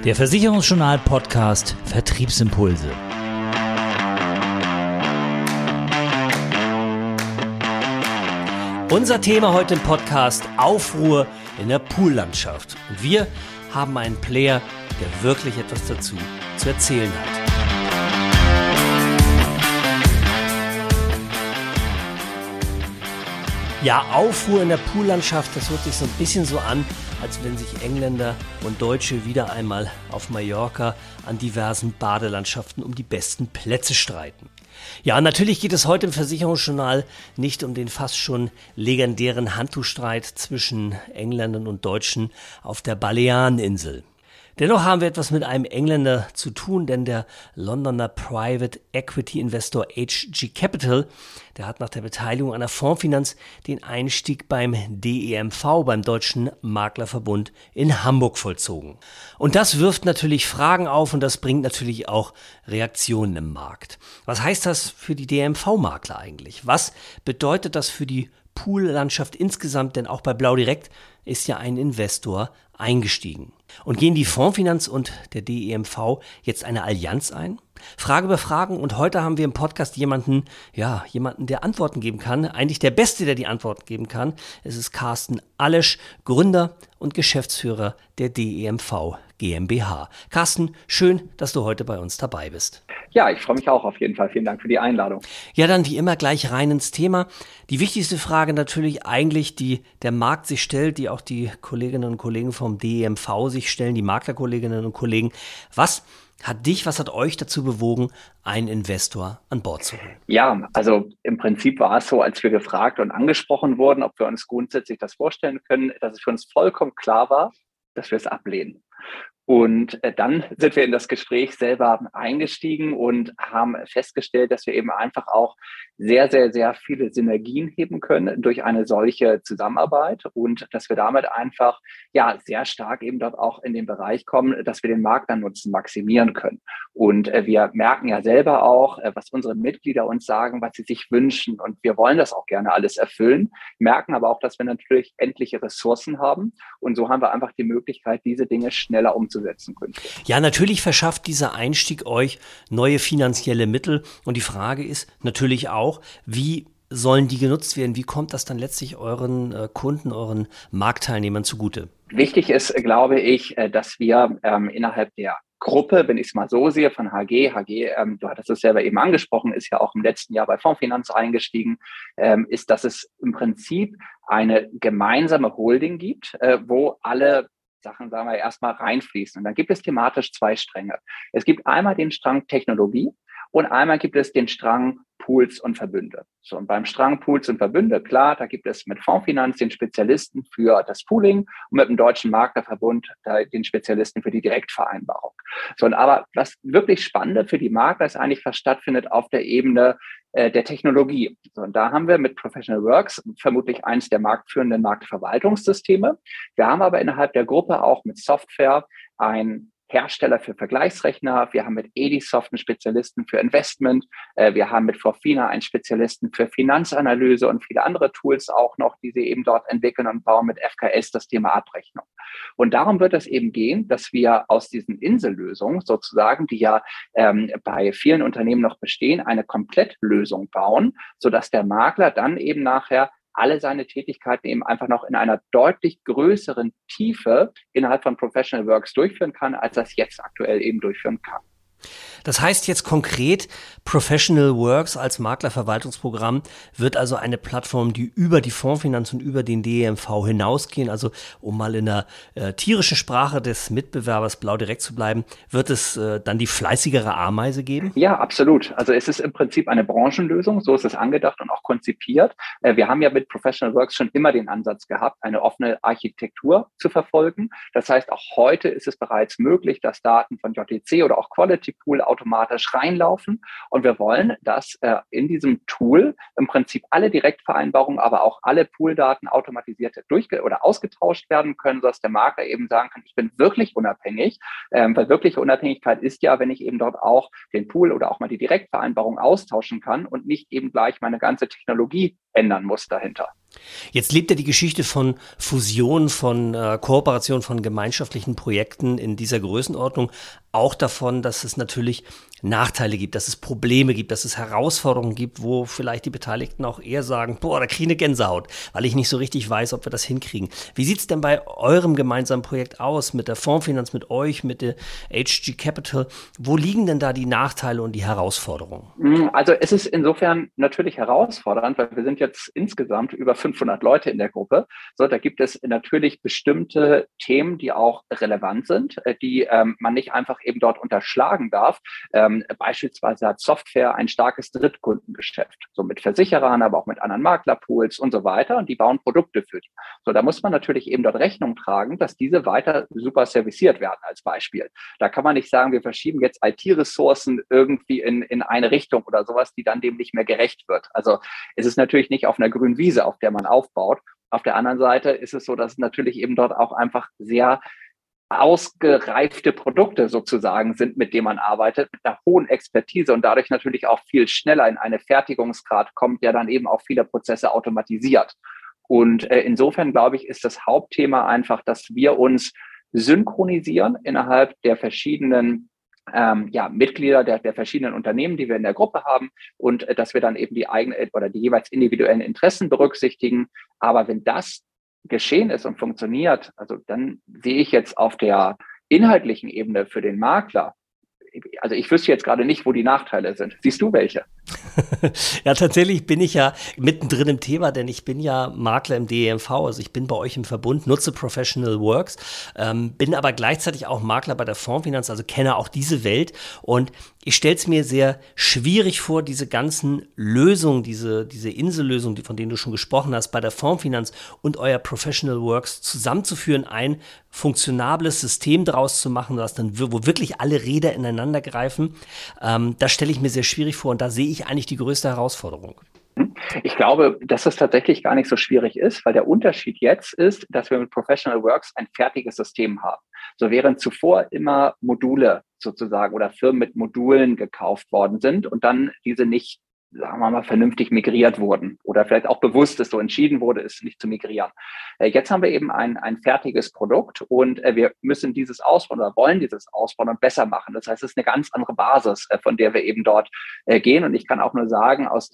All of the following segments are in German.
Der Versicherungsjournal-Podcast Vertriebsimpulse. Unser Thema heute im Podcast: Aufruhr in der Poollandschaft. Und wir haben einen Player, der wirklich etwas dazu zu erzählen hat. Ja, Aufruhr in der Poollandschaft, das hört sich so ein bisschen so an, als wenn sich Engländer und Deutsche wieder einmal auf Mallorca an diversen Badelandschaften um die besten Plätze streiten. Ja, natürlich geht es heute im Versicherungsjournal nicht um den fast schon legendären Handtuchstreit zwischen Engländern und Deutschen auf der Baleareninsel. Dennoch haben wir etwas mit einem Engländer zu tun, denn der Londoner Private Equity Investor HG Capital, der hat nach der Beteiligung an der Fondsfinanz den Einstieg beim DEMV, beim Deutschen Maklerverbund in Hamburg vollzogen. Und das wirft natürlich Fragen auf und das bringt natürlich auch Reaktionen im Markt. Was heißt das für die DEMV-Makler eigentlich? Was bedeutet das für die Poollandschaft insgesamt? Denn auch bei Blau Direkt ist ja ein Investor eingestiegen. Und gehen die Fondsfinanz und der DEMV jetzt eine Allianz ein? Frage über Fragen, und heute haben wir im Podcast jemanden, der Antworten geben kann. Eigentlich der Beste, der die Antworten geben kann. Es ist Carsten Alesch, Gründer und Geschäftsführer der DEMV GmbH. Carsten, schön, dass du heute bei uns dabei bist. Ja, ich freue mich auch auf jeden Fall. Vielen Dank für die Einladung. Ja, dann wie immer gleich rein ins Thema. Die wichtigste Frage natürlich eigentlich, die der Markt sich stellt, die auch die Kolleginnen und Kollegen vom DEMV sich stellen, die Maklerkolleginnen und Kollegen. Was hat euch dazu bewogen, einen Investor an Bord zu holen? Ja, also im Prinzip war es so, als wir gefragt und angesprochen wurden, ob wir uns grundsätzlich das vorstellen können, dass es für uns vollkommen klar war, dass wir es ablehnen. Und dann sind wir in das Gespräch selber eingestiegen und haben festgestellt, dass wir eben einfach auch sehr, sehr, sehr viele Synergien heben können durch eine solche Zusammenarbeit und dass wir damit einfach sehr stark eben dort auch in den Bereich kommen, dass wir den Marktnutzen maximieren können. Und wir merken ja selber auch, was unsere Mitglieder uns sagen, was sie sich wünschen, und wir wollen das auch gerne alles erfüllen, merken aber auch, dass wir natürlich endliche Ressourcen haben, und so haben wir einfach die Möglichkeit, diese Dinge schneller umzusetzen künftig. Ja, natürlich verschafft dieser Einstieg euch neue finanzielle Mittel, und die Frage ist natürlich auch, wie sollen die genutzt werden? Wie kommt das dann letztlich euren Kunden, euren Marktteilnehmern zugute? Wichtig ist, glaube ich, dass wir innerhalb der Gruppe, wenn ich es mal so sehe, von HG, du hattest es selber eben angesprochen, ist ja auch im letzten Jahr bei Fondsfinanz eingestiegen, ist, dass es im Prinzip eine gemeinsame Holding gibt, wo alle Sachen, sagen wir, erstmal reinfließen. Und dann gibt es thematisch zwei Stränge. Es gibt einmal den Strang Technologie und einmal gibt es den Strang Pools und Verbünde. So, und beim Strang Pools und Verbünde, klar, da gibt es mit Fondsfinanz den Spezialisten für das Pooling und mit dem Deutschen Maklerverbund den Spezialisten für die Direktvereinbarung. So, und aber was wirklich Spannende für die Makler ist eigentlich, was stattfindet auf der Ebene der Technologie. So, und da haben wir mit Professional Works vermutlich eines der marktführenden Marktverwaltungssysteme. Wir haben aber innerhalb der Gruppe auch mit Software ein Hersteller für Vergleichsrechner, wir haben mit Edisoft einen Spezialisten für Investment, wir haben mit Forfina einen Spezialisten für Finanzanalyse und viele andere Tools auch noch, die sie eben dort entwickeln und bauen, mit FKS das Thema Abrechnung. Und darum wird es eben gehen, dass wir aus diesen Insellösungen sozusagen, die ja bei vielen Unternehmen noch bestehen, eine Komplettlösung bauen, sodass der Makler dann eben nachher alle seine Tätigkeiten eben einfach noch in einer deutlich größeren Tiefe innerhalb von Professional Works durchführen kann, als das jetzt aktuell eben durchführen kann. Das heißt jetzt konkret, Professional Works als Maklerverwaltungsprogramm wird also eine Plattform, die über die Fondsfinanz und über den DEMV hinausgehen, also um mal in der tierischen Sprache des Mitbewerbers Blau Direkt zu bleiben, wird es dann die fleißigere Ameise geben? Ja, absolut. Also es ist im Prinzip eine Branchenlösung, so ist es angedacht und auch konzipiert. Wir haben ja mit Professional Works schon immer den Ansatz gehabt, eine offene Architektur zu verfolgen. Das heißt, auch heute ist es bereits möglich, dass Daten von JTC oder auch Quality Pool automatisch reinlaufen. Und wir wollen, dass in diesem Tool im Prinzip alle Direktvereinbarungen, aber auch alle Pooldaten automatisiert oder ausgetauscht werden können, sodass der Makler eben sagen kann, ich bin wirklich unabhängig, weil wirkliche Unabhängigkeit ist ja, wenn ich eben dort auch den Pool oder auch mal die Direktvereinbarung austauschen kann und nicht eben gleich meine ganze Technologie ändern muss dahinter. Jetzt lebt ja die Geschichte von Fusion, von Kooperation, von gemeinschaftlichen Projekten in dieser Größenordnung auch davon, dass es natürlich Nachteile gibt, dass es Probleme gibt, dass es Herausforderungen gibt, wo vielleicht die Beteiligten auch eher sagen, boah, da kriege ich eine Gänsehaut, weil ich nicht so richtig weiß, ob wir das hinkriegen. Wie sieht es denn bei eurem gemeinsamen Projekt aus, mit der Fondsfinanz, mit euch, mit der HG Capital? Wo liegen denn da die Nachteile und die Herausforderungen? Also es ist insofern natürlich herausfordernd, weil wir sind jetzt insgesamt über 500 Leute in der Gruppe. So, da gibt es natürlich bestimmte Themen, die auch relevant sind, die man nicht einfach eben dort unterschlagen darf. Beispielsweise hat Software ein starkes Drittkundengeschäft, so mit Versicherern, aber auch mit anderen Maklerpools und so weiter. Und die bauen Produkte für die. So, da muss man natürlich eben dort Rechnung tragen, dass diese weiter super serviciert werden als Beispiel. Da kann man nicht sagen, wir verschieben jetzt IT-Ressourcen irgendwie in eine Richtung oder sowas, die dann dem nicht mehr gerecht wird. Also es ist natürlich nicht auf einer grünen Wiese, auf der man aufbaut. Auf der anderen Seite ist es so, dass es natürlich eben dort auch einfach sehr ausgereifte Produkte sozusagen sind, mit denen man arbeitet, mit einer hohen Expertise und dadurch natürlich auch viel schneller in eine Fertigungsgrad kommt, der dann eben auch viele Prozesse automatisiert. Und insofern, glaube ich, ist das Hauptthema einfach, dass wir uns synchronisieren innerhalb der verschiedenen Mitglieder der verschiedenen Unternehmen, die wir in der Gruppe haben und dass wir dann eben die eigenen oder die jeweils individuellen Interessen berücksichtigen. Aber wenn das geschehen ist und funktioniert, also dann sehe ich jetzt auf der inhaltlichen Ebene für den Makler, also ich wüsste jetzt gerade nicht, wo die Nachteile sind. Siehst du welche? Ja, tatsächlich bin ich ja mittendrin im Thema, denn ich bin ja Makler im DEMV, also ich bin bei euch im Verbund, nutze Professional Works, bin aber gleichzeitig auch Makler bei der Fondsfinanz, also kenne auch diese Welt und ich stelle es mir sehr schwierig vor, diese ganzen Lösungen, diese Insellösungen, von denen du schon gesprochen hast, bei der Fondsfinanz und euer Professional Works zusammenzuführen, ein funktionables System daraus zu machen, wo wirklich alle Räder ineinander greifen. Das stelle ich mir sehr schwierig vor und da sehe ich eigentlich die größte Herausforderung. Ich glaube, dass das tatsächlich gar nicht so schwierig ist, weil der Unterschied jetzt ist, dass wir mit Professional Works ein fertiges System haben. So während zuvor immer Module sozusagen oder Firmen mit Modulen gekauft worden sind und dann diese nicht, sagen wir mal, vernünftig migriert wurden oder vielleicht auch bewusst es so entschieden wurde, es nicht zu migrieren. Jetzt haben wir eben ein fertiges Produkt und wir müssen dieses ausbauen oder wollen dieses ausbauen und besser machen. Das heißt, es ist eine ganz andere Basis, von der wir eben dort gehen. Und ich kann auch nur sagen, aus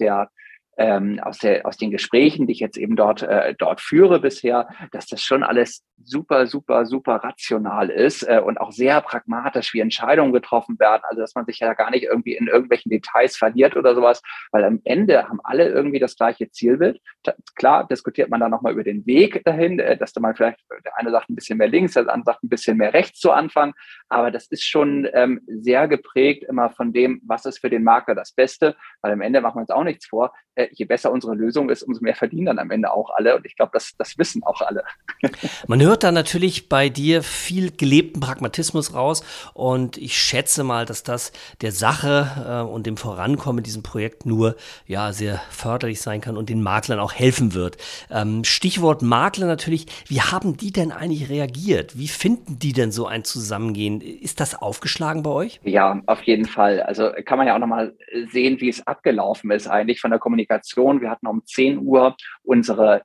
den Gesprächen, die ich jetzt eben dort führe bisher, dass das schon alles super, super, super rational ist und auch sehr pragmatisch, wie Entscheidungen getroffen werden. Also, dass man sich ja gar nicht irgendwie in irgendwelchen Details verliert oder sowas, weil am Ende haben alle irgendwie das gleiche Zielbild. Klar diskutiert man dann nochmal über den Weg dahin, dass da man vielleicht, der eine sagt ein bisschen mehr links, der andere sagt ein bisschen mehr rechts zu Anfang. Aber das ist schon sehr geprägt immer von dem, was ist für den Makler das Beste, weil am Ende machen wir uns auch nichts vor. Je besser unsere Lösung ist, umso mehr verdienen dann am Ende auch alle. Und ich glaube, das wissen auch alle. Man hört da natürlich bei dir viel gelebten Pragmatismus raus. Und ich schätze mal, dass das der Sache und dem Vorankommen in diesem Projekt nur sehr förderlich sein kann und den Maklern auch helfen wird. Stichwort Makler natürlich. Wie haben die denn eigentlich reagiert? Wie finden die denn so ein Zusammengehen? Ist das aufgeschlagen bei euch? Ja, auf jeden Fall. Also kann man ja auch nochmal sehen, wie es abgelaufen ist eigentlich von der Kommunikation. Wir hatten um 10 Uhr unsere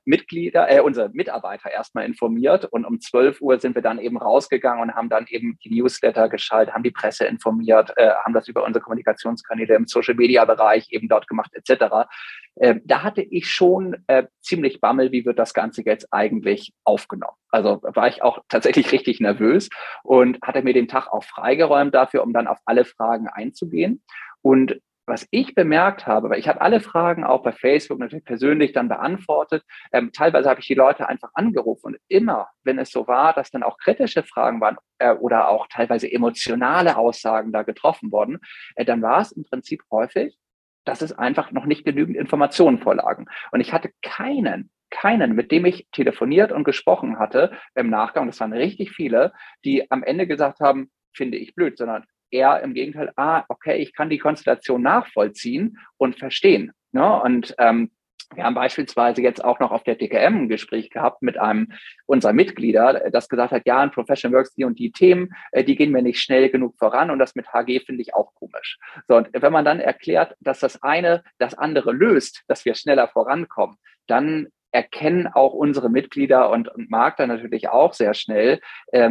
Mitarbeiter erstmal informiert und um 12 Uhr sind wir dann eben rausgegangen und haben dann eben die Newsletter geschaltet, haben die Presse informiert, haben das über unsere Kommunikationskanäle im Social-Media-Bereich eben dort gemacht etc. Da hatte ich schon ziemlich Bammel, wie wird das Ganze jetzt eigentlich aufgenommen. Also war ich auch tatsächlich richtig nervös und hatte mir den Tag auch freigeräumt dafür, um dann auf alle Fragen einzugehen. Und was ich bemerkt habe, weil ich habe alle Fragen auch bei Facebook natürlich persönlich dann beantwortet. Teilweise habe ich die Leute einfach angerufen und immer, wenn es so war, dass dann auch kritische Fragen waren oder auch teilweise emotionale Aussagen da getroffen wurden, dann war es im Prinzip häufig, dass es einfach noch nicht genügend Informationen vorlagen. Und ich hatte keinen, mit dem ich telefoniert und gesprochen hatte im Nachgang, das waren richtig viele, die am Ende gesagt haben, finde ich blöd, sondern eher im Gegenteil, okay, ich kann die Konstellation nachvollziehen und verstehen. Ne? Und wir haben beispielsweise jetzt auch noch auf der DKM ein Gespräch gehabt mit einem unserer Mitglieder, das gesagt hat, ja, in Professional Works die und die Themen, die gehen mir nicht schnell genug voran und das mit HG finde ich auch komisch. So, und wenn man dann erklärt, dass das eine das andere löst, dass wir schneller vorankommen, dann erkennen auch unsere Mitglieder und Makler natürlich auch sehr schnell,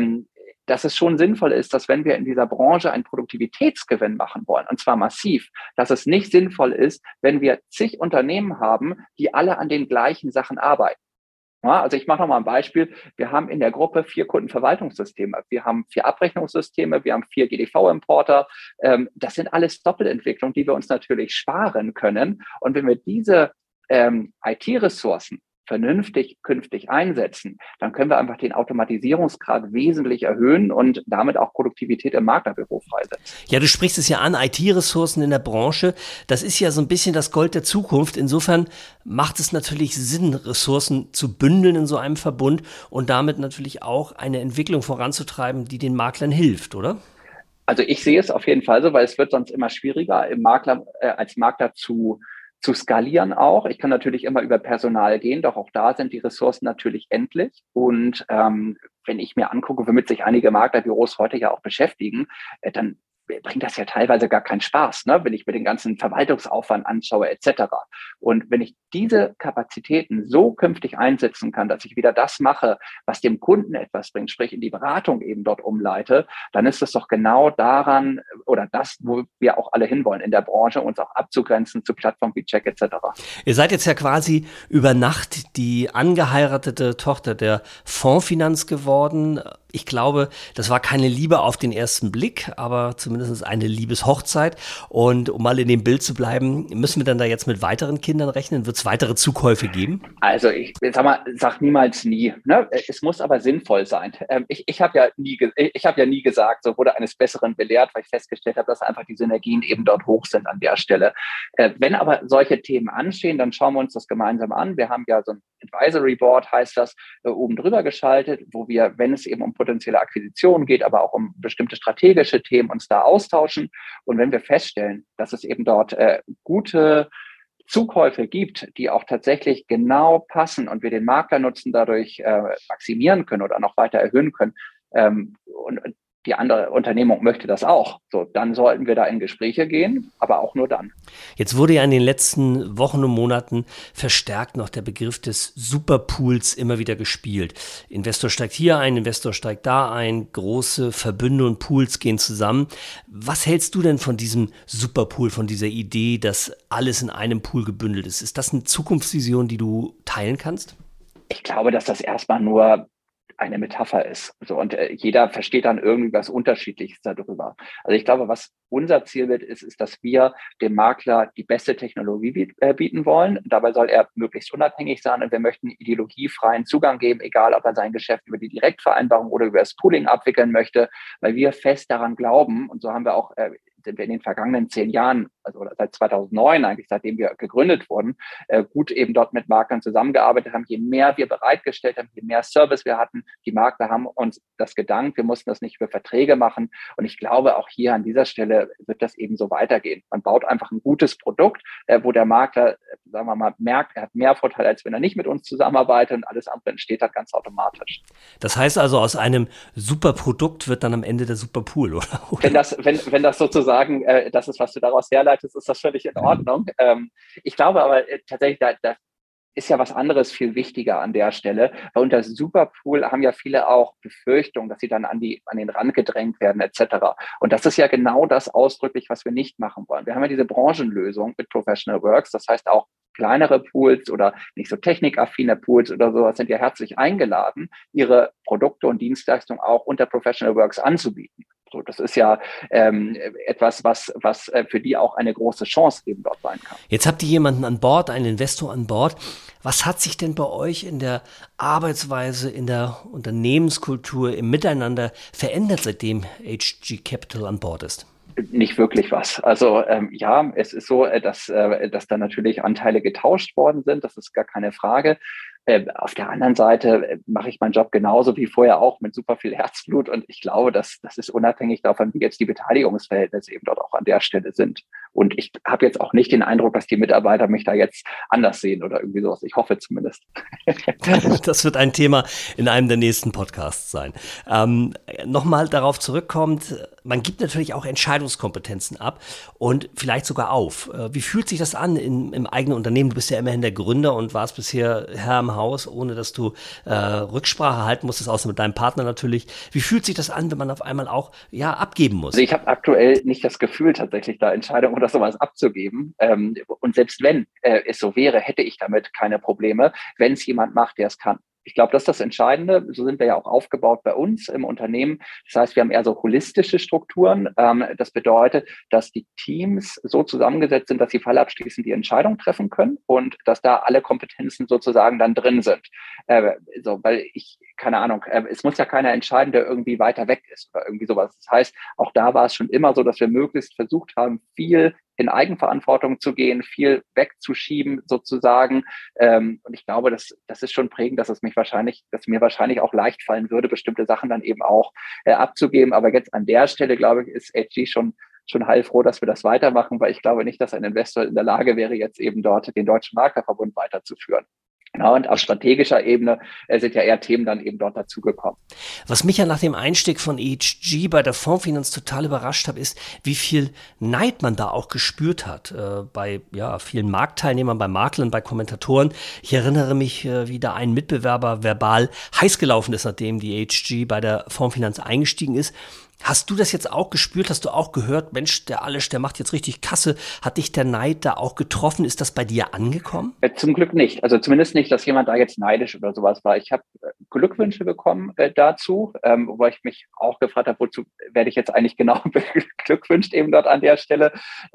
dass es schon sinnvoll ist, dass wenn wir in dieser Branche einen Produktivitätsgewinn machen wollen, und zwar massiv, dass es nicht sinnvoll ist, wenn wir zig Unternehmen haben, die alle an den gleichen Sachen arbeiten. Ja, also ich mache noch mal ein Beispiel. Wir haben in der Gruppe 4 Kundenverwaltungssysteme. Wir haben 4 Abrechnungssysteme. Wir haben 4 GDV-Importer. Das sind alles Doppelentwicklungen, die wir uns natürlich sparen können. Und wenn wir diese IT-Ressourcen vernünftig künftig einsetzen, dann können wir einfach den Automatisierungsgrad wesentlich erhöhen und damit auch Produktivität im Maklerbüro freisetzen. Ja, du sprichst es ja an, IT-Ressourcen in der Branche, das ist ja so ein bisschen das Gold der Zukunft. Insofern macht es natürlich Sinn, Ressourcen zu bündeln in so einem Verbund und damit natürlich auch eine Entwicklung voranzutreiben, die den Maklern hilft, oder? Also ich sehe es auf jeden Fall so, weil es wird sonst immer schwieriger, als Makler zu skalieren auch. Ich kann natürlich immer über Personal gehen, doch auch da sind die Ressourcen natürlich endlich. Und wenn ich mir angucke, womit sich einige Maklerbüros heute ja auch beschäftigen, dann bringt das ja teilweise gar keinen Spaß, ne? Wenn ich mir den ganzen Verwaltungsaufwand anschaue etc. Und wenn ich diese Kapazitäten so künftig einsetzen kann, dass ich wieder das mache, was dem Kunden etwas bringt, sprich in die Beratung eben dort umleite, dann ist es doch genau daran oder das, wo wir auch alle hinwollen in der Branche, uns auch abzugrenzen zu Plattformen wie Check etc. Ihr seid jetzt ja quasi über Nacht die angeheiratete Tochter der Fondsfinanz geworden. Ich glaube, das war keine Liebe auf den ersten Blick, aber zumindest eine Liebeshochzeit. Und um mal in dem Bild zu bleiben, müssen wir dann da jetzt mit weiteren Kindern rechnen? Wird es weitere Zukäufe geben? Also ich sag niemals nie. Ne? Es muss aber sinnvoll sein. Ich habe ja nie gesagt, so wurde eines Besseren belehrt, weil ich festgestellt habe, dass einfach die Synergien eben dort hoch sind an der Stelle. Wenn aber solche Themen anstehen, dann schauen wir uns das gemeinsam an. Wir haben ja so ein Advisory Board, heißt das, oben drüber geschaltet, wo wir, wenn es eben um potenzielle Akquisitionen geht, aber auch um bestimmte strategische Themen uns da austauschen. Und wenn wir feststellen, dass es eben dort gute Zukäufe gibt, die auch tatsächlich genau passen und wir den Maklernutzen dadurch maximieren können oder noch weiter erhöhen können, und die andere Unternehmung möchte das auch, so, dann sollten wir da in Gespräche gehen, aber auch nur dann. Jetzt wurde ja in den letzten Wochen und Monaten verstärkt noch der Begriff des Superpools immer wieder gespielt. Investor steigt hier ein, Investor steigt da ein, große Verbünde und Pools gehen zusammen. Was hältst du denn von diesem Superpool, von dieser Idee, dass alles in einem Pool gebündelt ist? Ist das eine Zukunftsvision, die du teilen kannst? Ich glaube, dass das erstmal nur eine Metapher ist. So, und jeder versteht dann irgendwie was Unterschiedliches darüber. Also ich glaube, was unser Ziel wird, ist, dass wir dem Makler die beste Technologie bieten wollen. Dabei soll er möglichst unabhängig sein und wir möchten ideologiefreien Zugang geben, egal ob er sein Geschäft über die Direktvereinbarung oder über das Pooling abwickeln möchte, weil wir fest daran glauben, und so haben wir auch sind wir in den vergangenen 10 Jahren, also seit 2009 eigentlich, seitdem wir gegründet wurden, gut eben dort mit Maklern zusammengearbeitet haben. Je mehr wir bereitgestellt haben, je mehr Service wir hatten, die Makler haben uns das gedankt. Wir mussten das nicht über Verträge machen. Und ich glaube, auch hier an dieser Stelle wird das eben so weitergehen. Man baut einfach ein gutes Produkt, wo der Makler, sagen wir mal, merkt, er hat mehr Vorteile, als wenn er nicht mit uns zusammenarbeitet und alles andere entsteht dann ganz automatisch. Das heißt also, aus einem Superprodukt wird dann am Ende der Superpool, oder? Wenn das sozusagen das ist, was du daraus herleitest, ist das völlig in Ordnung. Ich glaube aber tatsächlich, da ist ja was anderes viel wichtiger an der Stelle, weil unter Superpool haben ja viele auch Befürchtungen, dass sie dann an den Rand gedrängt werden etc. Und das ist ja genau das ausdrücklich, was wir nicht machen wollen. Wir haben ja diese Branchenlösung mit Professional Works, das heißt auch kleinere Pools oder nicht so technikaffine Pools oder sowas sind ja herzlich eingeladen, ihre Produkte und Dienstleistungen auch unter Professional Works anzubieten. So, das ist ja etwas, was für die auch eine große Chance eben dort sein kann. Jetzt habt ihr jemanden an Bord, einen Investor an Bord. Was hat sich denn bei euch in der Arbeitsweise, in der Unternehmenskultur, im Miteinander verändert, seitdem HG Capital an Bord ist? Nicht wirklich was. Also ja, es ist so, dass da natürlich Anteile getauscht worden sind. Das ist gar keine Frage. Auf der anderen Seite mache ich meinen Job genauso wie vorher auch mit super viel Herzblut. Und ich glaube, das ist unabhängig davon, wie jetzt die Beteiligungsverhältnisse eben dort auch an der Stelle sind. Und ich habe jetzt auch nicht den Eindruck, dass die Mitarbeiter mich da jetzt anders sehen oder irgendwie sowas. Ich hoffe zumindest. Das wird ein Thema in einem der nächsten Podcasts sein. Nochmal darauf zurückkommt, man gibt natürlich auch Entscheidungskompetenzen ab und vielleicht sogar auf. Wie fühlt sich das an im eigenen Unternehmen? Du bist ja immerhin der Gründer und warst bisher Herr im Haus, ohne dass du Rücksprache halten musstest, außer mit deinem Partner natürlich. Wie fühlt sich das an, wenn man auf einmal auch abgeben muss? Also ich habe aktuell nicht das Gefühl, tatsächlich da Entscheidungen oder sowas abzugeben. Und selbst wenn es so wäre, hätte ich damit keine Probleme, wenn es jemand macht, der es kann. Ich glaube, das ist das Entscheidende. So sind wir ja auch aufgebaut bei uns im Unternehmen. Das heißt, wir haben eher so holistische Strukturen. Das bedeutet, dass die Teams so zusammengesetzt sind, dass sie fallabschließend die Entscheidung treffen können und dass da alle Kompetenzen sozusagen dann drin sind. Weil keine Ahnung, es muss ja keiner entscheiden, der irgendwie weiter weg ist oder irgendwie sowas. Das heißt, auch da war es schon immer so, dass wir möglichst versucht haben, viel in Eigenverantwortung zu gehen, viel wegzuschieben sozusagen. Und ich glaube, das ist schon prägend, dass mir wahrscheinlich auch leicht fallen würde, bestimmte Sachen dann eben auch abzugeben. Aber jetzt an der Stelle, glaube ich, ist HG schon heilfroh, dass wir das weitermachen, weil ich glaube nicht, dass ein Investor in der Lage wäre, jetzt eben dort den Deutschen Maklerverbund weiterzuführen. Genau, und auf strategischer Ebene sind ja eher Themen dann eben dort dazugekommen. Was mich ja nach dem Einstieg von EHG bei der Fondsfinanz total überrascht hat, ist, wie viel Neid man da auch gespürt hat bei vielen Marktteilnehmern, bei Maklern, bei Kommentatoren. Ich erinnere mich, wie da ein Mitbewerber verbal heiß gelaufen ist, nachdem die EHG bei der Fondsfinanz eingestiegen ist. Hast du das jetzt auch gespürt? Hast du auch gehört, Mensch, der Alisch, der macht jetzt richtig Kasse. Hat dich der Neid da auch getroffen? Ist das bei dir angekommen? Zum Glück nicht. Also zumindest nicht, dass jemand da jetzt neidisch oder sowas war. Ich habe Glückwünsche bekommen dazu, wobei ich mich auch gefragt habe, wozu werde ich jetzt eigentlich genau beglückwünscht eben dort an der Stelle.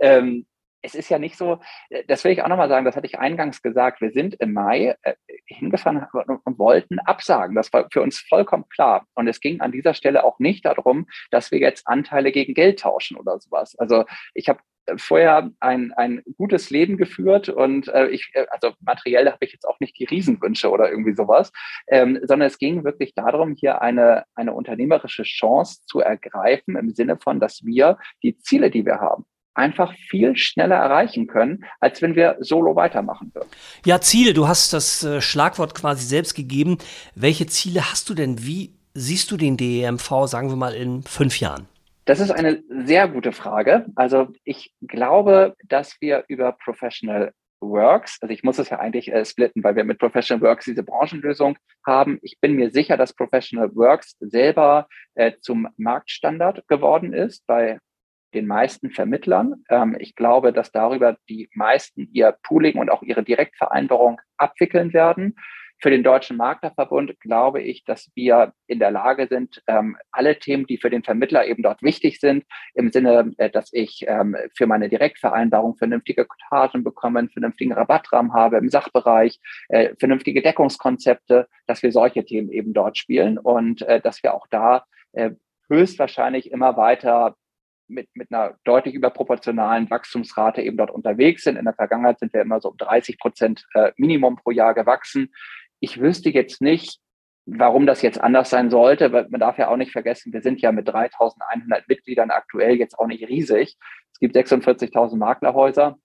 Es ist ja nicht so, das will ich auch nochmal sagen, das hatte ich eingangs gesagt, wir sind im Mai hingefahren und wollten absagen. Das war für uns vollkommen klar. Und es ging an dieser Stelle auch nicht darum, dass wir jetzt Anteile gegen Geld tauschen oder sowas. Also ich habe vorher ein gutes Leben geführt und also materiell habe ich jetzt auch nicht die Riesenwünsche oder irgendwie sowas, sondern es ging wirklich darum, hier eine unternehmerische Chance zu ergreifen im Sinne von, dass wir die Ziele, die wir haben, einfach viel schneller erreichen können, als wenn wir solo weitermachen würden. Ja, Ziele, du hast das Schlagwort quasi selbst gegeben. Welche Ziele hast du denn? Wie siehst du den DEMV, sagen wir mal, in 5 Jahren? Das ist eine sehr gute Frage. Also ich glaube, dass wir über Professional Works, also ich muss es ja eigentlich splitten, weil wir mit Professional Works diese Branchenlösung haben. Ich bin mir sicher, dass Professional Works selber zum Marktstandard geworden ist bei den meisten Vermittlern. Ich glaube, dass darüber die meisten ihr Pooling und auch ihre Direktvereinbarung abwickeln werden. Für den Deutschen Maklerverbund glaube ich, dass wir in der Lage sind, alle Themen, die für den Vermittler eben dort wichtig sind, im Sinne, dass ich für meine Direktvereinbarung vernünftige Cotagen bekomme, einen vernünftigen Rabattrahmen habe im Sachbereich, vernünftige Deckungskonzepte, dass wir solche Themen eben dort spielen und dass wir auch da höchstwahrscheinlich immer weiter mit einer deutlich überproportionalen Wachstumsrate eben dort unterwegs sind. In der Vergangenheit sind wir immer so um 30% Minimum pro Jahr gewachsen. Ich wüsste jetzt nicht, warum das jetzt anders sein sollte, weil man darf ja auch nicht vergessen, wir sind ja mit 3.100 Mitgliedern aktuell jetzt auch nicht riesig. Es gibt 46.000 Maklerhäuser.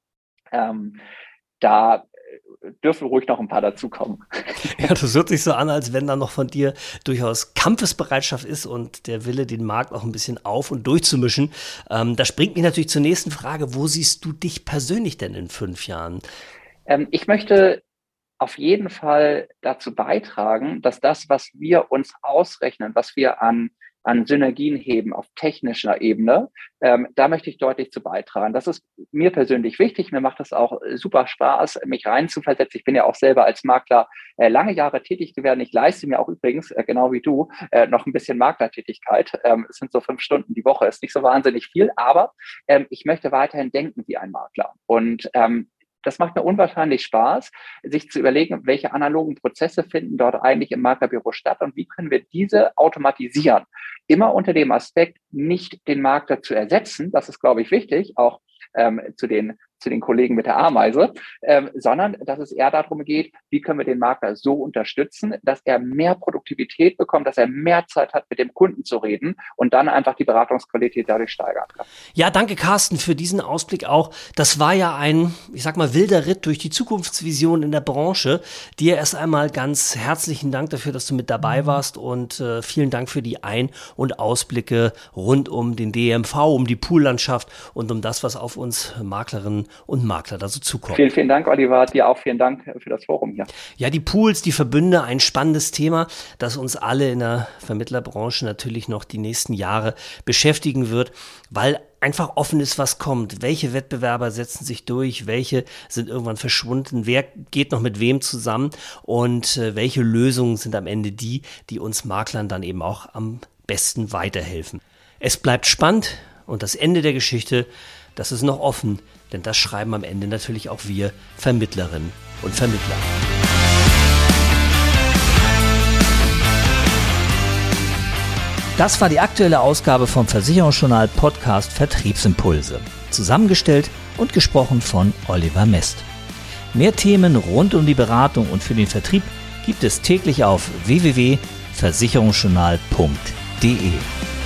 Da dürfen ruhig noch ein paar dazukommen. Ja, das hört sich so an, als wenn da noch von dir durchaus Kampfesbereitschaft ist und der Wille, den Markt auch ein bisschen auf- und durchzumischen. Da springt mich natürlich zur nächsten Frage. Wo siehst du dich persönlich denn in 5 Jahren? Ich möchte auf jeden Fall dazu beitragen, dass das, was wir uns ausrechnen, was wir an Synergien heben auf technischer Ebene, da möchte ich deutlich zu beitragen. Das ist mir persönlich wichtig. Mir macht das auch super Spaß, mich reinzuversetzen. Ich bin ja auch selber als Makler lange Jahre tätig geworden. Ich leiste mir auch übrigens, genau wie du, noch ein bisschen Maklertätigkeit. Es sind so 5 Stunden die Woche, ist nicht so wahnsinnig viel, aber ich möchte weiterhin denken wie ein Makler. Und das macht mir unwahrscheinlich Spaß, sich zu überlegen, welche analogen Prozesse finden dort eigentlich im Maklerbüro statt und wie können wir diese automatisieren. Immer unter dem Aspekt, nicht den Makler zu ersetzen. Das ist, glaube ich, wichtig, auch zu den zu den Kollegen mit der Ameise, sondern dass es eher darum geht, wie können wir den Makler so unterstützen, dass er mehr Produktivität bekommt, dass er mehr Zeit hat, mit dem Kunden zu reden und dann einfach die Beratungsqualität dadurch steigern kann. Ja, danke Carsten für diesen Ausblick auch. Das war ja ein, ich sag mal, wilder Ritt durch die Zukunftsvision in der Branche. Dir erst einmal ganz herzlichen Dank dafür, dass du mit dabei warst und vielen Dank für die Ein- und Ausblicke rund um den DMV, um die Poollandschaft und um das, was auf uns Maklerinnen und Makler da so zukommt. Vielen, vielen Dank, Oliver. Dir auch vielen Dank für das Forum hier. Ja, die Pools, die Verbünde, ein spannendes Thema, das uns alle in der Vermittlerbranche natürlich noch die nächsten Jahre beschäftigen wird, weil einfach offen ist, was kommt. Welche Wettbewerber setzen sich durch? Welche sind irgendwann verschwunden? Wer geht noch mit wem zusammen? Und welche Lösungen sind am Ende die uns Maklern dann eben auch am besten weiterhelfen? Es bleibt spannend und das Ende der Geschichte, das ist noch offen, denn das schreiben am Ende natürlich auch wir Vermittlerinnen und Vermittler. Das war die aktuelle Ausgabe vom Versicherungsjournal Podcast Vertriebsimpulse. Zusammengestellt und gesprochen von Oliver Mest. Mehr Themen rund um die Beratung und für den Vertrieb gibt es täglich auf www.versicherungsjournal.de.